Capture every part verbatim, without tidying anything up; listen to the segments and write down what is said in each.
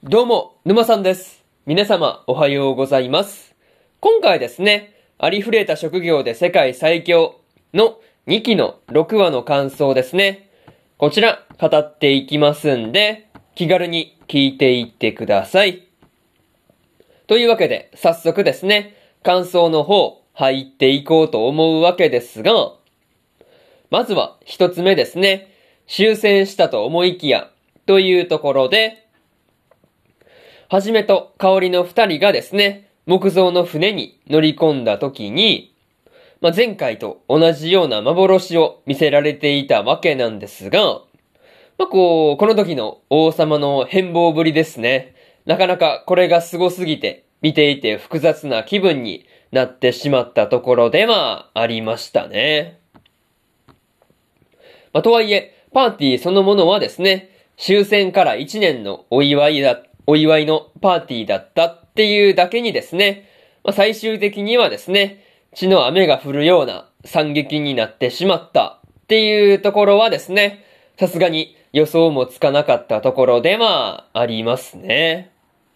どうも、沼さんです。皆様、おはようございます。今回ですね、ありふれた職業で世界最強のにきのろくわの感想ですね。こちら、語っていきますんで、気軽に聞いていってください。というわけで、早速ですね、感想の方、入っていこうと思うわけですが、まずは一つ目ですね、終戦したと思いきや、というところで、はじめと香りの二人がですね、木造の船に乗り込んだ時に、まあ、前回と同じような幻を見せられていたわけなんですが、まあ、こう、この時の王様の変貌ぶりですね。なかなかこれが凄すぎて、見ていて複雑な気分になってしまったところではありましたね。まあ、とはいえ、パーティーそのものはですね、終戦からいちねんのお祝いだ、お祝いのパーティーだったっていうだけにですね、まあ、最終的にはですね、血の雨が降るような惨劇になってしまったっていうところはですね、さすがに予想もつかなかったところではありますね。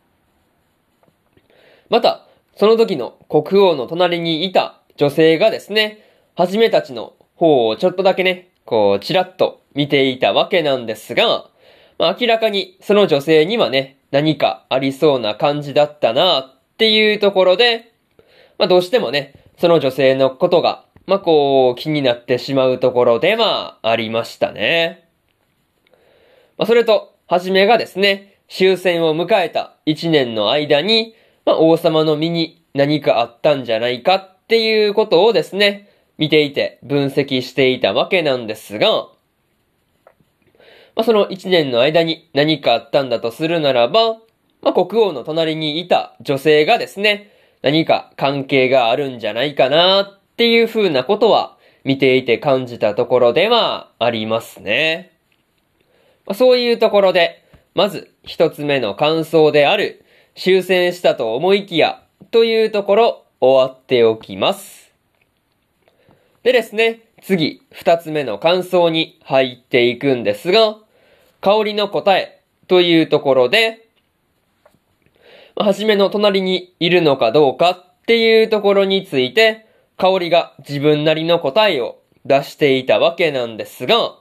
また、その時の国王の隣にいた女性がですね、はじめたちの方をちょっとだけね、こう、ちらっと見ていたわけなんですが、まあ、明らかにその女性にはね、何かありそうな感じだったなっていうところで、まあ、どうしてもね、その女性のことが、まあ、こう、気になってしまうところではありましたね。まあ、それと、はじめがですね、終戦を迎えたいちねんの間に、まあ、王様の身に何かあったんじゃないかっていうことをですね、見ていて分析していたわけなんですが、まあ、そのいちねんの間に何かあったんだとするならば、まあ、国王の隣にいた女性がですね、何か関係があるんじゃないかなっていう風なことは見ていて感じたところではありますね。まあ、そういうところで、まず一つ目の感想である、終戦したと思いきやというところ終わっておきます。でですね、次二つ目の感想に入っていくんですが、香りの答えというところで、はじめの隣にいるのかどうかっていうところについて、香りが自分なりの答えを出していたわけなんですが、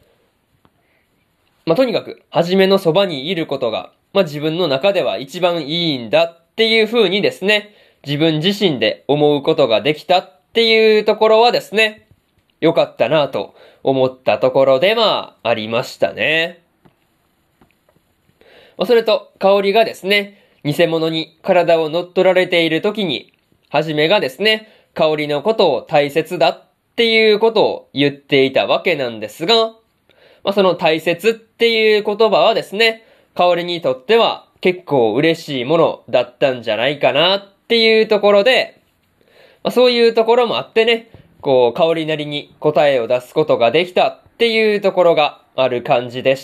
まあ、とにかく、はじめのそばにいることが、まあ、自分の中では一番いいんだっていう風にですね、自分自身で思うことができたっていうところはですね、良かったなと思ったところではありましたね。それと、香りがですね、偽物に体を乗っ取られている時に、はじめがですね、香りのことを大切だっていうことを言っていたわけなんですが、まあ、その大切っていう言葉はですね、香りにとっては結構嬉しいものだったんじゃないかなっていうところで、まあ、そういうところもあってね、こう、香りなりに答えを出すことができたっていうところがある感じでした。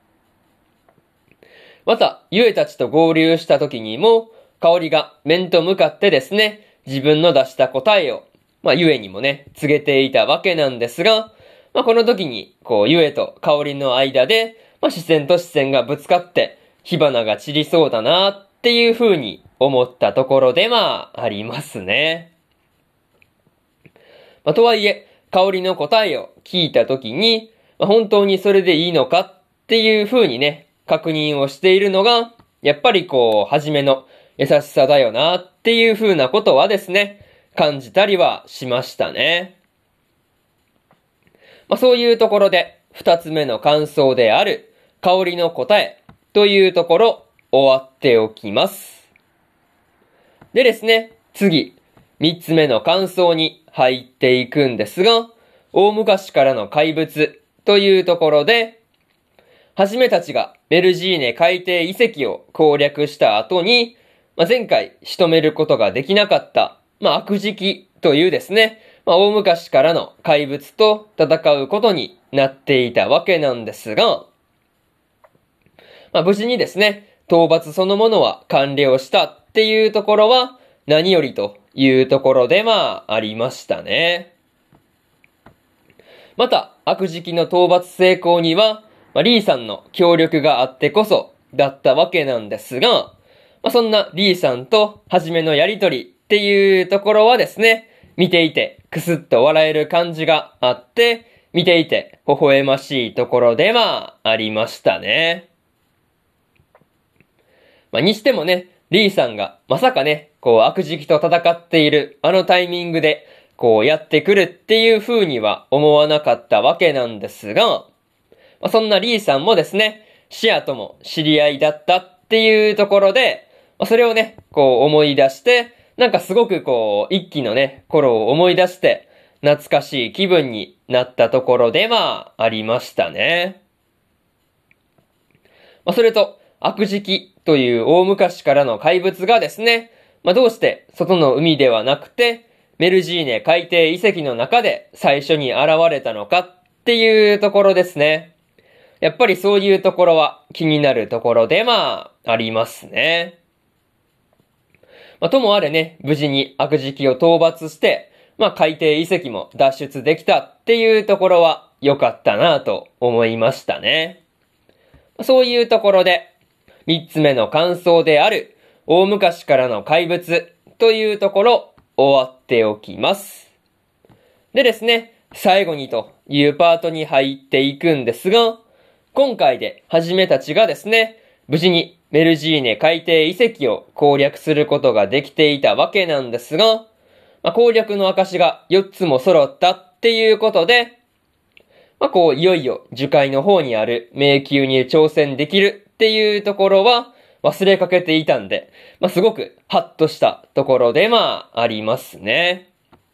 また、ゆえたちと合流した時にも、香りが面と向かってですね、自分の出した答えを、まあ、ゆえにもね、告げていたわけなんですが、まあ、この時に、こう、ゆえと香りの間で、まあ、視線と視線がぶつかって、火花が散りそうだなっていう風に思ったところではありますね。まあ、とはいえ、香りの答えを聞いた時に、まあ、本当にそれでいいのかっていう風にね、確認をしているのが、やっぱりこう、はじめの優しさだよなっていう風なことはですね、感じたりはしましたね。まあ、そういうところで、二つ目の感想である、香りの答えというところ、終わっておきます。でですね、次、三つ目の感想に入っていくんですが、大昔からの怪物というところで、はじめたちがメルジーネ海底遺跡を攻略した後に、まあ、前回仕留めることができなかった、まあ、悪時期というですね、まあ、大昔からの怪物と戦うことになっていたわけなんですが、まあ、無事にですね、討伐そのものは完了したっていうところは何よりというところではありましたね。また、悪時期の討伐成功には、まあ、リーさんの協力があってこそだったわけなんですが、まあ、そんなリーさんとはじめのやりとりっていうところはですね、見ていてクスッと笑える感じがあって、見ていて微笑ましいところではありましたね。まあ、にしてもね、リーさんがまさかね、こう悪時期と戦っているあのタイミングで、こうやってくるっていう風には思わなかったわけなんですが、まあ、そんなリーさんもですね、シアとも知り合いだったっていうところで、まあ、それをね、こう思い出して、なんかすごくこう、一期のね、頃を思い出して、懐かしい気分になったところではありましたね。まあ、それと、悪時期という大昔からの怪物がですね、まあ、どうして外の海ではなくて、メルジーネ海底遺跡の中で最初に現れたのかっていうところですね。やっぱりそういうところは気になるところでまあ、ありますね。まあ、ともあれね、無事に悪時期を討伐して、まあ、海底遺跡も脱出できたっていうところは良かったなと思いましたね。そういうところで、三つ目の感想である、大昔からの怪物というところ、終わっておきます。でですね、最後にというパートに入っていくんですが、今回ではじめたちがですね、無事にメルジーネ海底遺跡を攻略することができていたわけなんですが、まあ、攻略の証がよっつも揃ったっていうことで、まあ、こう、いよいよ樹海の方にある迷宮に挑戦できるっていうところは忘れかけていたんで、まあ、すごくハッとしたところでまあ、ありますね。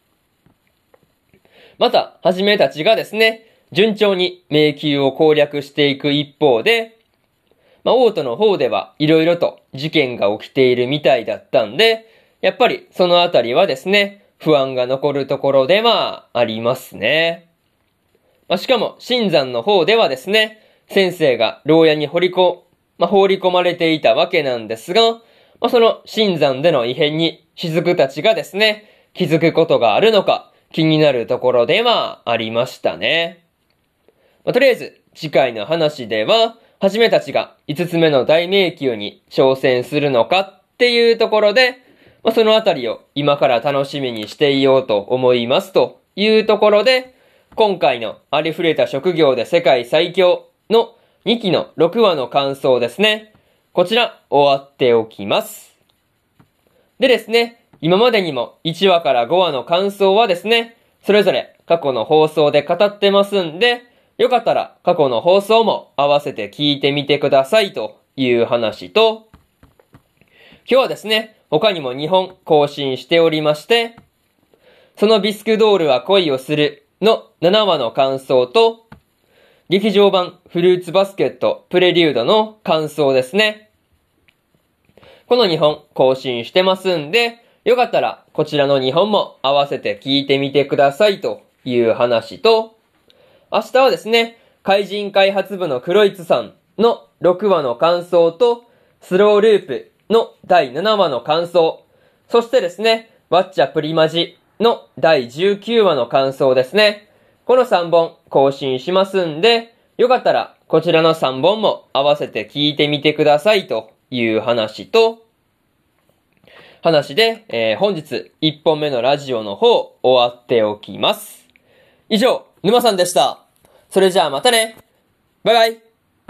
また、はじめたちがですね、順調に迷宮を攻略していく一方で、まあ、王都の方では色々と事件が起きているみたいだったんで、やっぱりそのあたりはですね、不安が残るところでまあ、ありますね。まあ、しかも、新山の方ではですね、先生が牢屋に掘りこ、まあ、放り込まれていたわけなんですが、まあ、その新山での異変に雫たちがですね、気づくことがあるのか気になるところではありましたね。まあ、とりあえず、次回の話では、はじめたちが五つ目の大迷宮に挑戦するのかっていうところで、まあ、そのあたりを今から楽しみにしていようと思いますというところで、今回のありふれた職業で世界最強のにきのろくわの感想ですね。こちら終わっておきます。でですね、今までにもいちわからごわの感想はですね、それぞれ過去の放送で語ってますんで、よかったら過去の放送も合わせて聞いてみてくださいという話と、今日はですね、他にもにほん更新しておりまして、そのビスクドールは恋をするのななわの感想と、劇場版フルーツバスケットプレリュードの感想ですね。このにほん更新してますんで、よかったらこちらのにほんも合わせて聞いてみてくださいという話と、明日はですね、怪人開発部のクロイツさんのろくわの感想と、スローループのだいななわの感想、そしてですね、ワッチャプリマジのだいじゅうきゅうわの感想ですね。このさんぼん更新しますんで、よかったらこちらのさんぼんも合わせて聞いてみてくださいという話と、話で、えー、本日いっぽんめのラジオの方終わっておきます。以上、沼さんでした。それじゃあまたね。バイバイ。